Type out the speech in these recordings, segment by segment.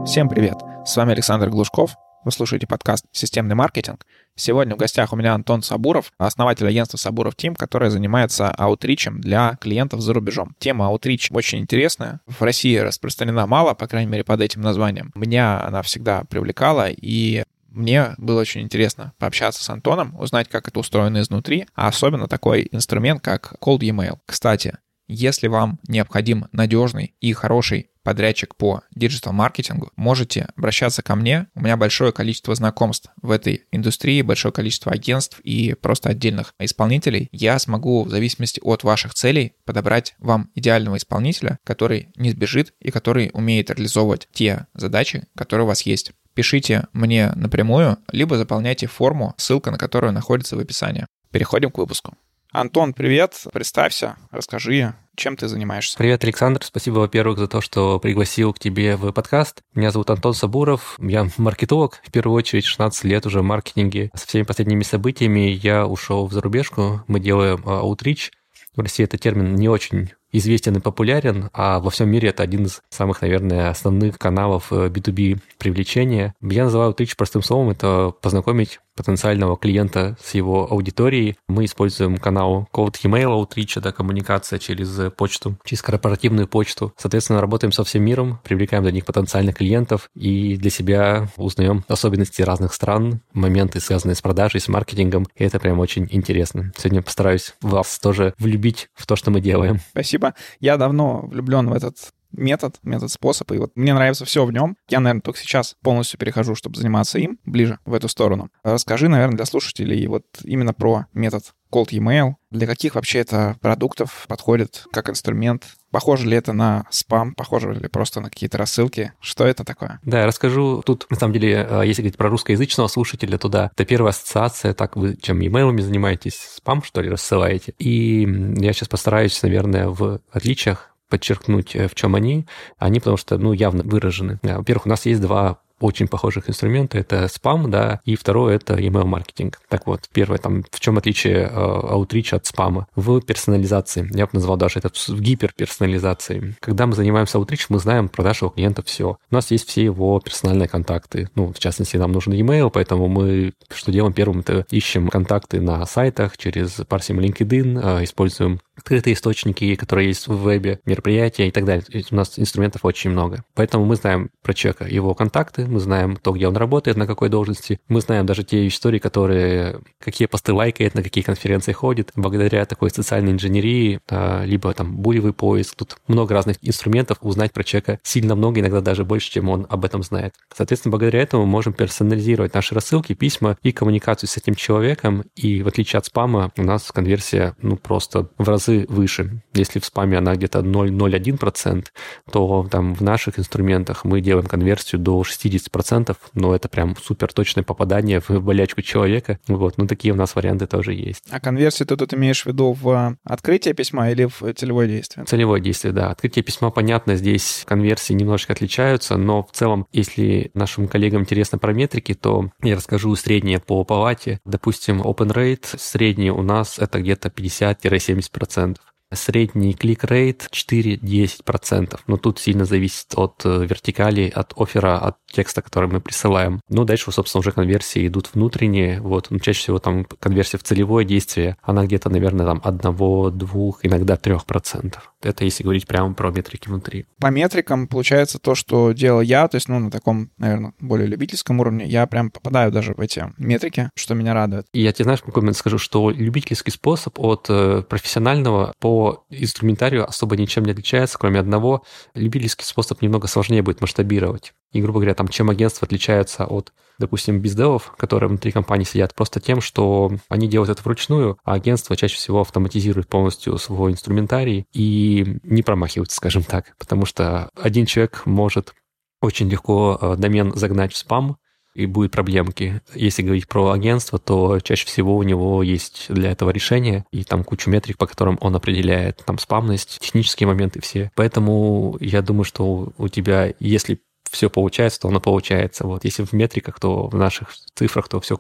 Всем привет! С вами Александр Глушков. Вы слушаете подкаст «Системный маркетинг». Сегодня в гостях у меня Антон Сабуров, основатель агентства Сабуров Тим, которое занимается аутричем для клиентов за рубежом. Тема аутрич очень интересная. В России распространена мало, по крайней мере, под этим названием. Меня она всегда привлекала, и мне было очень интересно пообщаться с Антоном, узнать, как это устроено изнутри, а особенно такой инструмент, как Cold Email. Кстати, если вам необходим надежный и хороший подрядчик по диджитал-маркетингу, можете обращаться ко мне. У меня большое количество знакомств в этой индустрии, большое количество агентств и просто отдельных исполнителей. Я смогу в зависимости от ваших целей подобрать вам идеального исполнителя, который не сбежит и который умеет реализовывать те задачи, которые у вас есть. Пишите мне напрямую, либо заполняйте форму, ссылка на которую находится в описании. Переходим к выпуску. Антон, привет, представься, расскажи, чем ты занимаешься. Привет, Александр, спасибо, во-первых, за то, что пригласил к тебе в подкаст. Меня зовут Антон Сабуров, я маркетолог, в первую очередь, 16 лет уже в маркетинге. Со всеми последними событиями я ушел в зарубежку, мы делаем аутрич. В России этот термин не очень известен и популярен, а во всем мире это один из самых, наверное, основных каналов B2B привлечения. Я называю аутрич простым словом, это познакомить потенциального клиента с его аудиторией. Мы используем канал Cold Email Outreach, это коммуникация через почту, через корпоративную почту. Соответственно, работаем со всем миром, привлекаем для них потенциальных клиентов и для себя узнаем особенности разных стран, моменты, связанные с продажей, с маркетингом, и это прям очень интересно. Сегодня постараюсь вас тоже влюбить в то, что мы делаем. Спасибо. Я давно влюблен в этот метод, способ, и вот мне нравится все в нем. Я, наверное, только сейчас полностью перехожу, чтобы заниматься им, ближе в эту сторону. Расскажи, наверное, для слушателей вот именно про метод Cold Email. Для каких вообще это продуктов подходит как инструмент? Похоже ли это на спам? Похоже ли просто на какие-то рассылки? Что это такое? Да, я расскажу. Тут, на самом деле, если говорить про русскоязычного слушателя, то да, это первая ассоциация. Так, вы чем имейлами занимаетесь? Спам, что ли, рассылаете? И я сейчас постараюсь, наверное, в отличиях подчеркнуть, в чем они, потому что, явно выражены. Во-первых, у нас есть два очень похожих инструмента. Это спам, да, и второе — это email-маркетинг. Так вот, первое, в чем отличие аутрич от спама? В персонализации. Я бы назвал даже это в гиперперсонализации. Когда мы занимаемся аутрич, мы знаем про нашего клиента все. У нас есть все его персональные контакты. В частности, нам нужен email, поэтому мы что делаем первым? Это ищем контакты на сайтах, парсим LinkedIn, используем открытые источники, которые есть в вебе, мероприятия и так далее. У нас инструментов очень много. Поэтому мы знаем про человека, его контакты, мы знаем то, где он работает, на какой должности. Мы знаем даже те истории, какие посты лайкает, на какие конференции ходит. Благодаря такой социальной инженерии, либо булевый поиск, тут много разных инструментов, узнать про человека сильно много, иногда даже больше, чем он об этом знает. Соответственно, благодаря этому мы можем персонализировать наши рассылки, письма и коммуникацию с этим человеком. И в отличие от спама, у нас конверсия просто в разы выше. Если в спаме она где-то 0,01%, то в наших инструментах мы делаем конверсию до 60%, но это прям супер точное попадание в болячку человека. Такие у нас варианты тоже есть. А конверсию ты тут имеешь в виду в открытие письма или в целевое действие? Целевое действие, да. Открытие письма, понятно, здесь конверсии немножечко отличаются, но в целом, если нашим коллегам интересно про метрики, то я расскажу среднее по палате. Допустим, open rate средний у нас это где-то 50-70%. Средний клик-рейт 4-10%. Но тут сильно зависит от вертикали, от оффера, от текста, который мы присылаем. Дальше, собственно, уже конверсии идут внутренние. Чаще всего конверсия в целевое действие, она где-то, наверное, 1, 2, иногда 3%. Это если говорить прямо про метрики внутри. По метрикам получается то, что делал я, то есть, на таком, наверное, более любительском уровне, я прям попадаю даже в эти метрики, что меня радует. И я тебе, знаешь, в какой момент скажу, что любительский способ от профессионального по инструментарию особо ничем не отличается, кроме одного. Любительский способ немного сложнее будет масштабировать. И, грубо говоря, чем агентства отличаются от, допустим, бездевов, которые внутри компании сидят, просто тем, что они делают это вручную, а агентство чаще всего автоматизирует полностью свой инструментарий и не промахивается, скажем так, потому что один человек может очень легко домен загнать в спам, и будут проблемки. Если говорить про агентство, то чаще всего у него есть для этого решение, и кучу метрик, по которым он определяет спамность, технические моменты все. Поэтому я думаю, что у тебя, если все получается, то оно получается. Если в метриках, то в наших цифрах, то все круто.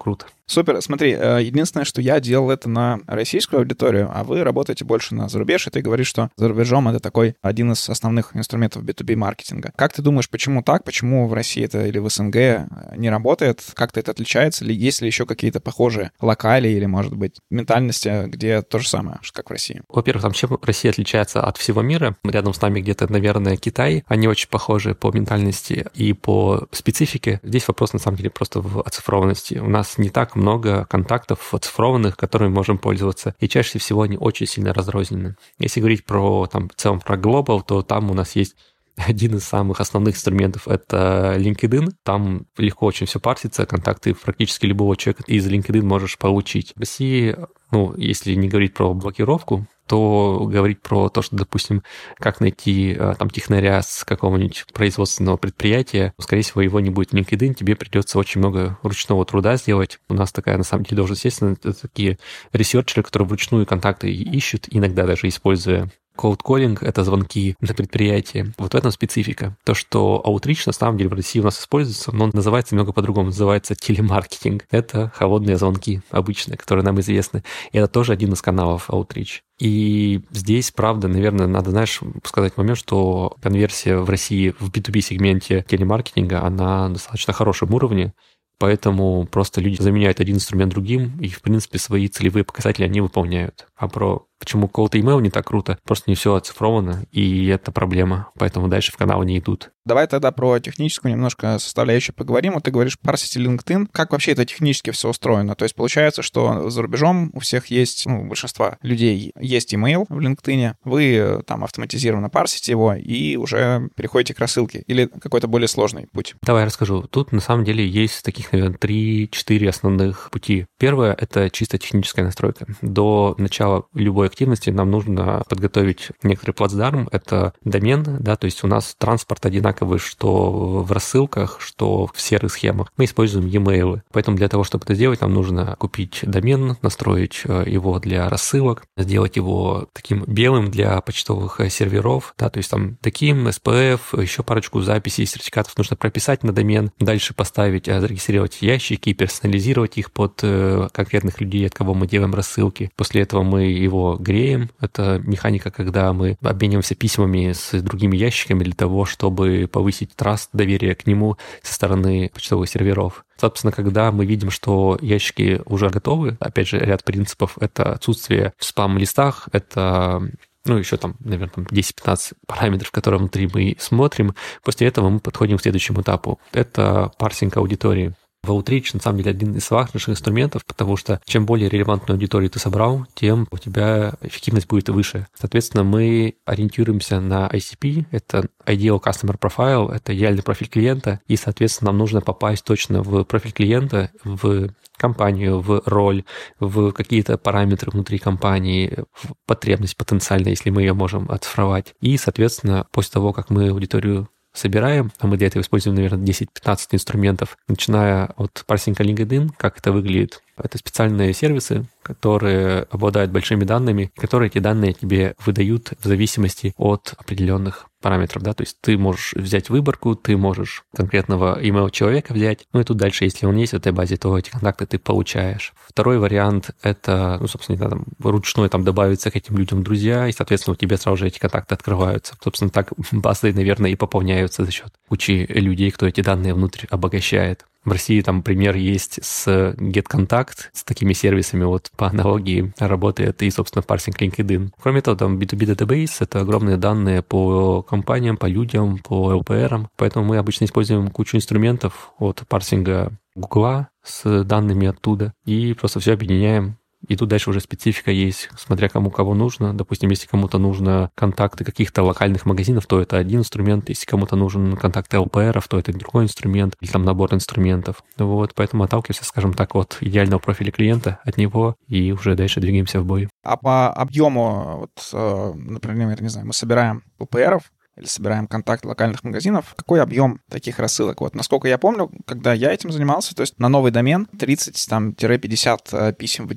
Супер. Смотри, единственное, что я делал это на российскую аудиторию, а вы работаете больше на зарубеж, и ты говоришь, что за рубежом это такой один из основных инструментов B2B-маркетинга. Как ты думаешь, почему так? Почему в России это или в СНГ не работает? Как-то это отличается? Или есть ли еще какие-то похожие локали или, может быть, ментальности, где то же самое, как в России? Во-первых, там чем Россия отличается от всего мира? Рядом с нами где-то, наверное, Китай. Они очень похожи по ментальности и по специфике. Здесь вопрос, на самом деле, просто в оцифрованности. У нас не так много контактов оцифрованных, которыми можем пользоваться, и чаще всего они очень сильно разрознены. Если говорить про, там, в целом про Global, то там у нас есть один из самых основных инструментов — это LinkedIn. Там легко очень все парсится, контакты практически любого человека из LinkedIn можешь получить. В России, если не говорить про блокировку, то говорить про то, что, допустим, как найти там технаря с какого-нибудь производственного предприятия, скорее всего, его не будет в LinkedIn, тебе придется очень много ручного труда сделать. У нас такая, на самом деле, должность есть, это такие ресерчеры, которые вручную контакты ищут, иногда даже используя cold calling — это звонки на предприятие. Вот в этом специфика. То, что Outreach, на самом деле, в России у нас используется, но он называется немного по-другому. Называется телемаркетинг. Это холодные звонки обычные, которые нам известны. И это тоже один из каналов Outreach. И здесь, правда, наверное, надо, сказать момент, что конверсия в России в B2B-сегменте телемаркетинга, она на достаточно хорошем уровне. Поэтому просто люди заменяют один инструмент другим, и, в принципе, свои целевые показатели они выполняют. А про почему cold email не так круто, просто не все оцифровано, и это проблема. Поэтому дальше в канал не идут. Давай тогда про техническую немножко составляющую поговорим. Вот ты говоришь, парсите LinkedIn. Как вообще это технически все устроено? То есть получается, что за рубежом у всех есть, у большинства людей есть email в LinkedIn, вы там автоматизированно парсите его и уже переходите к рассылке. Или какой-то более сложный путь? Давай я расскажу. Тут на самом деле есть таких, наверное, 3-4 основных пути. Первое — это чисто техническая настройка. До начала любой активности нам нужно подготовить некоторый плацдарм. Это домен, да, то есть у нас транспорт одинаковый, что в рассылках, что в серых схемах. Мы используем e-mail. Поэтому для того, чтобы это сделать, нам нужно купить домен, настроить его для рассылок, сделать его таким белым для почтовых серверов, да, то есть там таким, SPF, еще парочку записей, сертификатов нужно прописать на домен, дальше поставить, зарегистрировать ящики, персонализировать их под конкретных людей, от кого мы делаем рассылки. После этого мы его греем. Это механика, когда мы обмениваемся письмами с другими ящиками для того, чтобы повысить траст, доверие к нему со стороны почтовых серверов. Собственно, когда мы видим, что ящики уже готовы, опять же, ряд принципов — это отсутствие в спам-листах, это еще там, наверное, 10-15 параметров, которые внутри мы смотрим. После этого мы подходим к следующему этапу. Это парсинг аудитории. В Outreach, на самом деле, один из важнейших инструментов, потому что чем более релевантную аудиторию ты собрал, тем у тебя эффективность будет выше. Соответственно, мы ориентируемся на ICP, это Ideal Customer Profile, это идеальный профиль клиента, и, соответственно, нам нужно попасть точно в профиль клиента, в компанию, в роль, в какие-то параметры внутри компании, в потребность потенциально, если мы ее можем оцифровать. И, соответственно, после того, как мы аудиторию собираем, а мы для этого используем, наверное, 10-15 инструментов, начиная от парсинга LinkedIn, как это выглядит. Это специальные сервисы, которые обладают большими данными, которые эти данные тебе выдают в зависимости от определенных параметров, да, то есть ты можешь взять выборку, ты можешь конкретного email человека взять, и тут дальше, если он есть в этой базе, то эти контакты ты получаешь. Второй вариант — это, собственно, там, вручную там добавиться к этим людям друзья, и, соответственно, у тебя сразу же эти контакты открываются. Собственно, так базы, наверное, и пополняются за счет кучи людей, кто эти данные внутрь обогащает. В России там пример есть с GetContact, с такими сервисами вот по аналогии работает и, собственно, парсинг LinkedIn. Кроме того, там B2B Database — это огромные данные по компаниям, по людям, по LPR, поэтому мы обычно используем кучу инструментов от парсинга Гугла с данными оттуда и просто все объединяем. И тут дальше уже специфика есть, смотря кому нужно. Допустим, если кому-то нужно контакты каких-то локальных магазинов, то это один инструмент. Если кому-то нужен контакты ЛПР, то это другой инструмент. Или там набор инструментов. Вот, поэтому отталкиваемся, скажем так, от идеального профиля клиента, от него, и уже дальше двигаемся в бой. А по объему, например, не знаю, мы собираем ЛПРов, или собираем контакт локальных магазинов. Какой объем таких рассылок? Вот, насколько я помню, когда я этим занимался, то есть на новый домен 30-50 писем в день.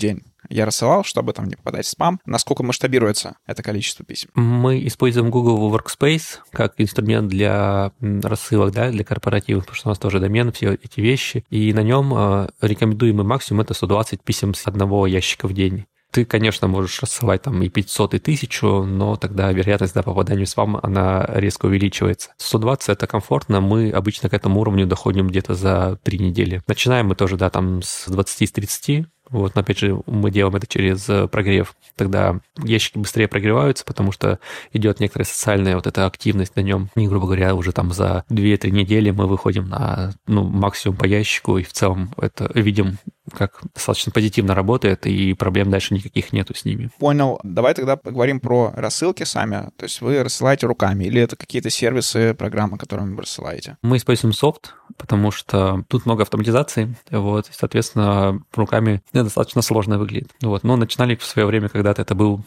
я рассылал, чтобы там не попадать в спам. Насколько масштабируется это количество писем? Мы используем Google Workspace как инструмент для рассылок, да, для корпоративов, потому что у нас тоже домен, все эти вещи. И на нем рекомендуемый максимум — это 120 писем с одного ящика в день. Ты, конечно, можешь рассылать там и 500, и 1000, но тогда вероятность попадания в спам, она резко увеличивается. 120 — это комфортно, мы обычно к этому уровню доходим где-то за 3 недели. Начинаем мы тоже, да, там с 20-30, вот, но опять же мы делаем это через прогрев. Тогда ящики быстрее прогреваются, потому что идет некоторая социальная вот эта активность на нем. И, грубо говоря, уже там за 2-3 недели мы выходим на максимум по ящику, и в целом это видим, как достаточно позитивно работает, и проблем дальше никаких нету с ними. Понял. Давай тогда поговорим про рассылки сами. То есть вы рассылаете руками, или это какие-то сервисы, программы, которыми вы рассылаете? Мы используем софт, потому что тут много автоматизации, вот, и, соответственно, руками достаточно сложно выглядит. Вот. Но начинали в свое время, когда-то это был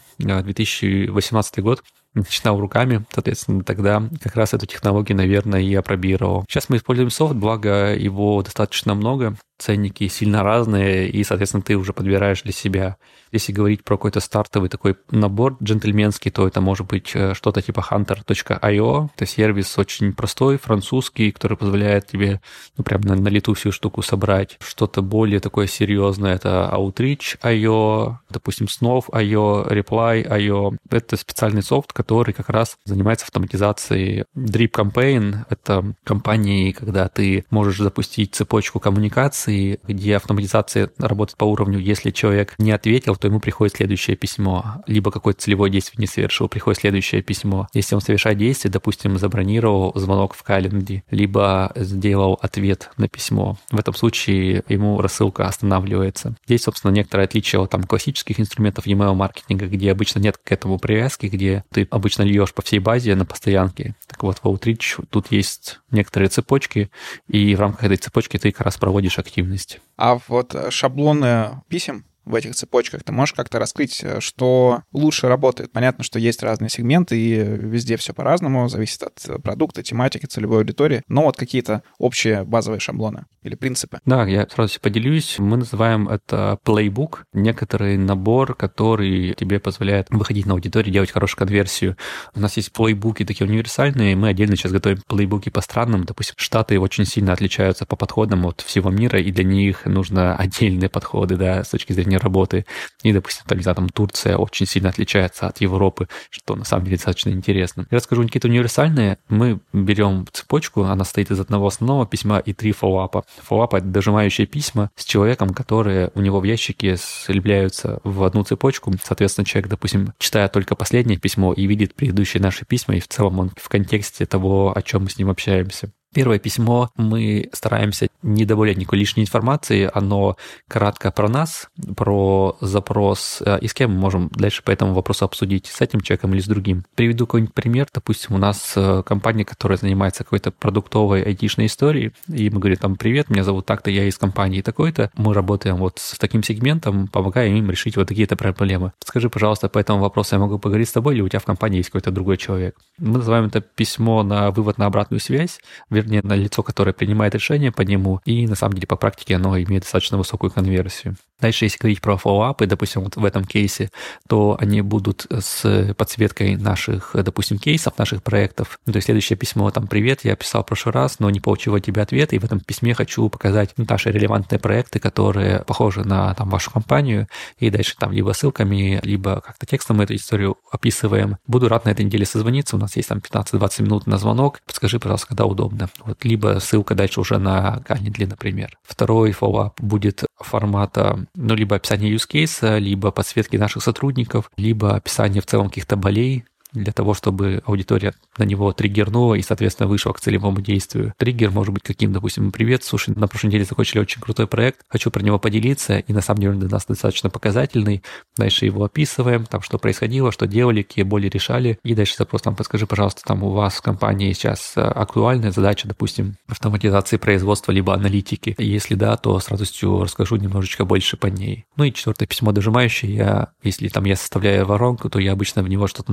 2018 год, начинал руками, соответственно, тогда как раз эту технологию, наверное, и опробировал. Сейчас мы используем софт, благо его достаточно много, ценники сильно разные, и, соответственно, ты уже подбираешь для себя. Если говорить про какой-то стартовый такой набор джентльменский, то это может быть что-то типа hunter.io. Это сервис очень простой, французский, который позволяет тебе прям на лету всю штуку собрать. Что-то более такое серьезное — это outreach.io, допустим, snov.io, reply.io. Это специальный софт, который как раз занимается автоматизацией. Drip Campaign — это компании, когда ты можешь запустить цепочку коммуникаций, где автоматизация работает по уровню, если человек не ответил, то ему приходит следующее письмо. Либо какое-то целевое действие не совершил, приходит следующее письмо. Если он совершает действие, допустим, забронировал звонок в календаре, либо сделал ответ на письмо, в этом случае ему рассылка останавливается. Здесь, собственно, некоторое отличие от там классических инструментов email-маркетинга, где обычно нет к этому привязки, где ты обычно льешь по всей базе на постоянке. Так вот, в Outreach тут есть некоторые цепочки, и в рамках этой цепочки ты как раз проводишь активность. А вот шаблоны писем в этих цепочках, ты можешь как-то раскрыть, что лучше работает? Понятно, что есть разные сегменты, и везде все по-разному, зависит от продукта, тематики, целевой аудитории, но вот какие-то общие базовые шаблоны или принципы. Да, я сразу поделюсь. Мы называем это Playbook, некоторый набор, который тебе позволяет выходить на аудиторию, делать хорошую конверсию. У нас есть плейбуки такие универсальные, мы отдельно сейчас готовим плейбуки по странам. Допустим, Штаты очень сильно отличаются по подходам от всего мира, и для них нужно отдельные подходы, да, с точки зрения работы. И, допустим, там Турция очень сильно отличается от Европы, что на самом деле достаточно интересно. Я расскажу какие-то универсальные. Мы берем цепочку, она состоит из одного основного письма и 3 фоллоуапа. Фоллоуап — это дожимающие письма с человеком, которые у него в ящике слепляются в одну цепочку. Соответственно, человек, допустим, читает только последнее письмо и видит предыдущие наши письма, и в целом он в контексте того, о чем мы с ним общаемся. Первое письмо мы стараемся не добавлять никакой лишней информации, оно кратко про нас, про запрос и с кем мы можем дальше по этому вопросу обсудить, с этим человеком или с другим. Приведу какой-нибудь пример. Допустим, у нас компания, которая занимается какой-то продуктовой айтишной историей, и мы говорим там: привет, меня зовут так-то, я из компании такой-то, мы работаем вот с таким сегментом, помогаем им решить вот такие-то проблемы. Скажи, пожалуйста, по этому вопросу я могу поговорить с тобой, или у тебя в компании есть какой-то другой человек? Мы называем это письмо на вывод на обратную связь, вернее, на лицо, которое принимает решение по нему, и на самом деле по практике оно имеет достаточно высокую конверсию. Дальше, если говорить про фоллоуапы, допустим, вот в этом кейсе, то они будут с подсветкой наших, допустим, кейсов, наших проектов. То есть следующее письмо там: привет, я писал в прошлый раз, но не получил от тебя ответа, и в этом письме хочу показать наши релевантные проекты, которые похожи на там вашу компанию, и дальше там либо ссылками, либо как-то текстом мы эту историю описываем. Буду рад на этой неделе созвониться, у нас есть там 15-20 минут на звонок, подскажи, пожалуйста, когда удобно. Вот, либо ссылка дальше уже на Calendly, например. Второй фоллоуап будет формата, либо описание use case, либо подсветки наших сотрудников, либо описание в целом каких-то болей, для того, чтобы аудитория на него триггернула и, соответственно, вышла к целевому действию. Триггер может быть каким, допустим: привет, слушай, на прошлой неделе закончили очень крутой проект, хочу про него поделиться, и на самом деле он для нас достаточно показательный. Дальше его описываем, там, что происходило, что делали, какие боли решали, и дальше запрос там: подскажи, пожалуйста, там у вас в компании сейчас актуальная задача, допустим, автоматизации производства либо аналитики. Если да, то с радостью расскажу немножечко больше по ней. Ну и четвертое письмо дожимающее. Если там я составляю воронку, то я обычно в него что-то наглое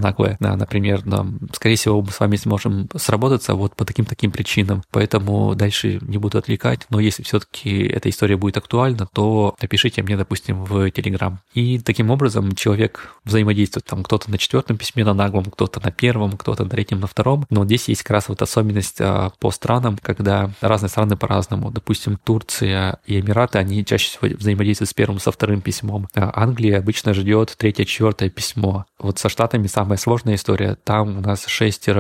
например, скорее всего, мы с вами сможем сработаться вот по таким-таким причинам, поэтому дальше не буду отвлекать, но если все-таки эта история будет актуальна, то напишите мне, допустим, в Telegram. И таким образом человек взаимодействует, там кто-то на 4 письме на наглом, кто-то на 1, кто-то на 3, на 2, но здесь есть как раз вот особенность по странам, когда разные страны по-разному. Допустим, Турция и Эмираты, они чаще всего взаимодействуют с 1, со 2 письмом. Англия обычно ждет 3, 4 письмо. Вот со Штатами самая сложная история. Там у нас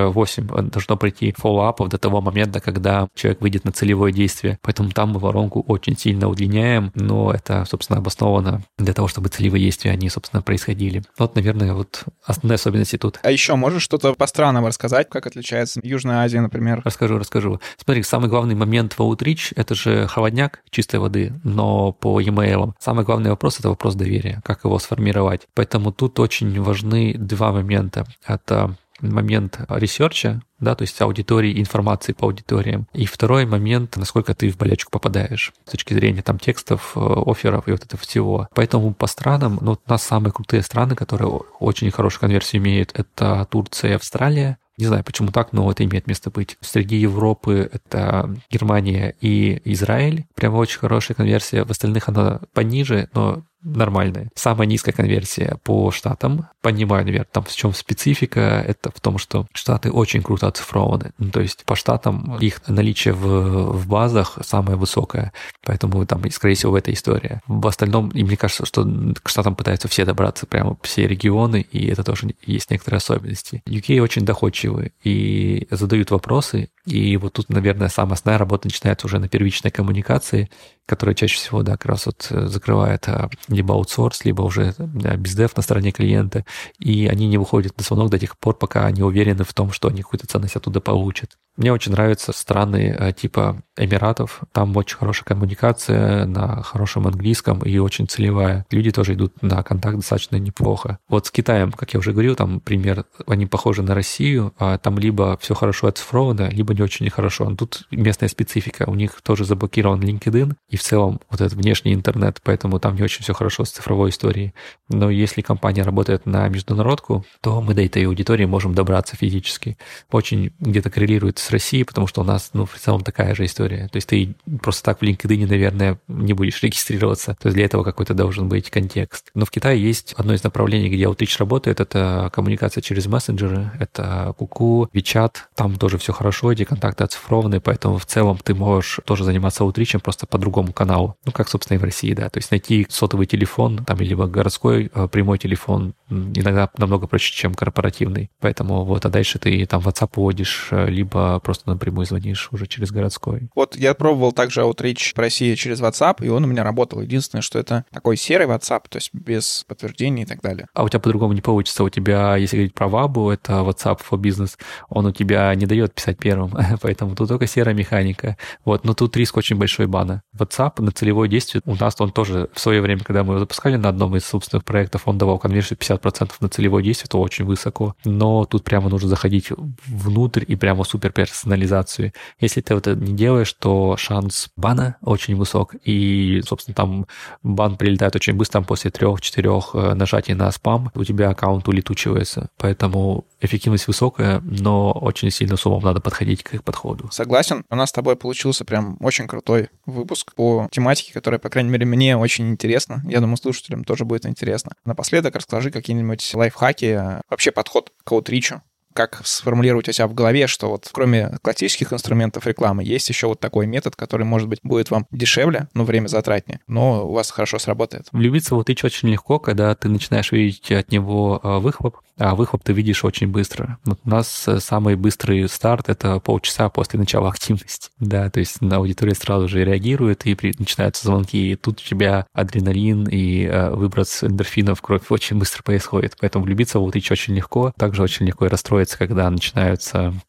6-8 должно пройти фоллоуапов до того момента, когда человек выйдет на целевое действие. Поэтому там мы воронку очень сильно удлиняем, но это, собственно, обосновано для того, чтобы целевые действия, они, собственно, происходили. Вот, наверное, вот основные особенности тут. А еще можешь что-то по странам рассказать, как отличается Южная Азия, например? Расскажу. Смотри, самый главный момент в Outreach — это же холодняк чистой воды, но по e-mail. Самый главный вопрос — это вопрос доверия, как его сформировать. Поэтому тут очень важны 2 момента. Это момент ресерча, да, то есть аудитории, информации по аудиториям. И второй момент, насколько ты в болячку попадаешь с точки зрения там текстов, офферов и вот этого всего. Поэтому по странам, у нас самые крутые страны, которые очень хорошую конверсию имеют, это Турция и Австралия. Не знаю, почему так, но это имеет место быть. Среди Европы это Германия и Израиль. Прямо очень хорошая конверсия. В остальных она пониже, но нормальная. Самая низкая конверсия по штатам. Понимаю, наверное, там в чем специфика. Это в том, что штаты очень круто оцифрованы. То есть по штатам их наличие в базах самое высокое. Поэтому там, скорее всего, эта история. В остальном, и мне кажется, что к штатам пытаются все добраться, прямо все регионы, и это тоже есть некоторые особенности. UK очень доходчивы и задают вопросы. И вот тут, наверное, самая основная работа начинается уже на первичной коммуникации, которая чаще всего, да, как раз вот закрывает либо аутсорс, либо уже бездев на стороне клиента, и они не выходят на звонок до тех пор, пока они уверены в том, что они какую-то ценность оттуда получат. Мне очень нравятся страны типа Эмиратов, там очень хорошая коммуникация на хорошем английском и очень целевая. Люди тоже идут на контакт достаточно неплохо. Вот с Китаем, как я уже говорил, там пример, они похожи на Россию, там либо все хорошо оцифровано, либо не очень хорошо. Но тут местная специфика, у них тоже заблокирован LinkedIn и в целом вот этот внешний интернет, поэтому там не очень все хорошо с цифровой историей. Но если компания работает на международку, то мы до этой аудитории можем добраться физически. Очень где-то коррелирует с Россией, потому что у нас, в целом такая же история. То есть ты просто так в LinkedIn, наверное, не будешь регистрироваться. То есть для этого какой-то должен быть контекст. Но в Китае есть одно из направлений, где Outreach работает, это коммуникация через мессенджеры, это Kuku, WeChat, там тоже все хорошо, эти контакты оцифрованы, поэтому в целом ты можешь тоже заниматься Outreach просто по другому каналу. Как, собственно, и в России, да. То есть найти сотовый телефон, там, либо городской прямой телефон иногда намного проще, чем корпоративный. Поэтому вот, а дальше ты там WhatsApp вводишь, либо просто напрямую звонишь уже через городской. Вот я пробовал также Outreach в России через WhatsApp, и он у меня работал. Единственное, что это такой серый WhatsApp, то есть без подтверждений и так далее. А у тебя по-другому не получится. У тебя, если говорить про Вабу, это WhatsApp for Business, он у тебя не дает писать первым, поэтому тут только серая механика. Вот, но тут риск очень большой бана. WhatsApp на целевое действие, у нас он тоже в свое время, когда мы его запускали на одном из собственных проектов, он давал конверсию 50% на целевое действие, это очень высоко. Но тут прямо нужно заходить внутрь и прямо суперперсонализацию. Если ты это не делаешь, то шанс бана очень высок, и, собственно, там бан прилетает очень быстро, после 3-4 нажатий на спам, у тебя аккаунт улетучивается. Поэтому эффективность высокая, но очень сильно с умом надо подходить к их подходу. Согласен. У нас с тобой получился прям очень крутой выпуск по тематике, которая, по крайней мере, мне очень интересна. Я думаю, слушателям тоже будет интересно. Напоследок расскажи какие-нибудь лайфхаки, вообще подход к Outreach. Как сформулировать у себя в голове, что вот кроме классических инструментов рекламы есть еще вот такой метод, который, может быть, будет вам дешевле, но время затратнее, но у вас хорошо сработает. Влюбиться в Outreach очень легко, когда ты начинаешь видеть от него выхлоп, а выхлоп ты видишь очень быстро. Вот у нас самый быстрый старт — это полчаса после начала активности. Да, то есть аудитория сразу же реагирует, и начинаются звонки, и тут у тебя адреналин и выброс эндорфинов в кровь очень быстро происходит. Поэтому влюбиться в Outreach очень легко. Также очень легко и расстроиться, когда начинаются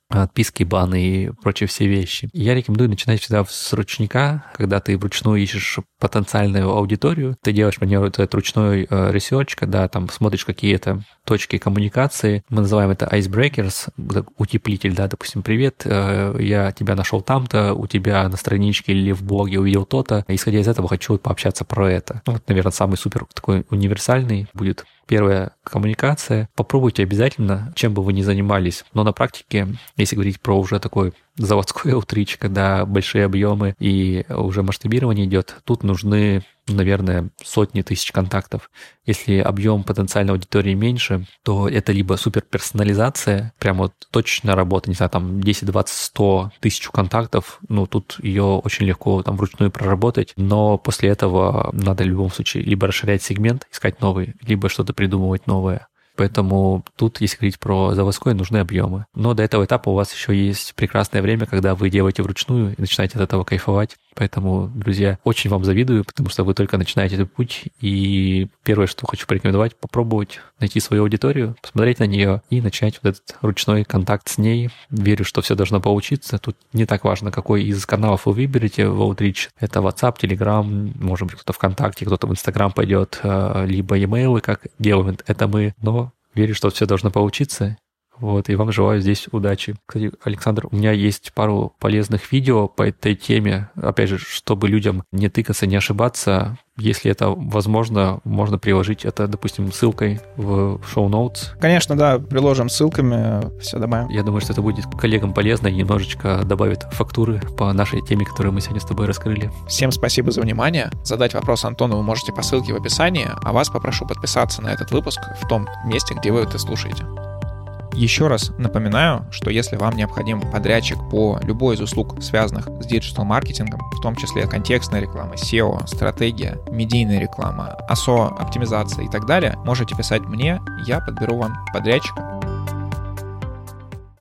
отписки, баны и прочие все вещи. Я рекомендую начинать всегда с ручника, когда ты вручную ищешь потенциальную аудиторию, ты делаешь по нему этот ручной ресерч, когда там смотришь какие-то точки коммуникации, мы называем это icebreakers, утеплитель, да, допустим, привет, я тебя нашел там-то, у тебя на страничке или в блоге увидел то-то, исходя из этого хочу пообщаться про это. Вот, наверное, самый супер такой универсальный будет первая коммуникация. Попробуйте обязательно, чем бы вы ни занимались. Но на практике, если говорить про уже такой заводской аутрич, когда большие объемы и уже масштабирование идет, тут нужны, наверное, сотни тысяч контактов. Если объем потенциальной аудитории меньше, то это либо суперперсонализация, прям вот точная работа, не знаю, там 10, 20, 100 тысяч контактов, ну, тут ее очень легко там вручную проработать, но после этого надо в любом случае либо расширять сегмент, искать новый, либо что-то придумывать новое. Поэтому тут, если говорить про заводской, нужны объемы. Но до этого этапа у вас еще есть прекрасное время, когда вы делаете вручную и начинаете от этого кайфовать. Поэтому, друзья, очень вам завидую, потому что вы только начинаете этот путь. И первое, что хочу порекомендовать, попробовать найти свою аудиторию, посмотреть на нее и начать вот этот ручной контакт с ней. Верю, что все должно получиться. Тут не так важно, какой из каналов вы выберете в Outreach. Это WhatsApp, Telegram, может быть, кто-то ВКонтакте, кто-то в Instagram пойдет, либо e-mail, как делаем это мы. Но верю, что все должно получиться. Вот, и вам желаю здесь удачи. Кстати, Александр, у меня есть пару полезных видео по этой теме. Опять же, чтобы людям не тыкаться, не ошибаться, если это возможно, можно приложить это, допустим, ссылкой в шоу-ноутс. Конечно, да, приложим ссылками, все добавим. Я думаю, что это будет коллегам полезно и немножечко добавит фактуры по нашей теме, которую мы сегодня с тобой раскрыли. Всем спасибо за внимание. Задать вопрос Антону вы можете по ссылке в описании, а вас попрошу подписаться на этот выпуск в том месте, где вы это слушаете. Еще раз напоминаю, что если вам необходим подрядчик по любой из услуг, связанных с диджитал-маркетингом, в том числе контекстная реклама, SEO, стратегия, медийная реклама, ASO, оптимизация и так далее, можете писать мне, я подберу вам подрядчика.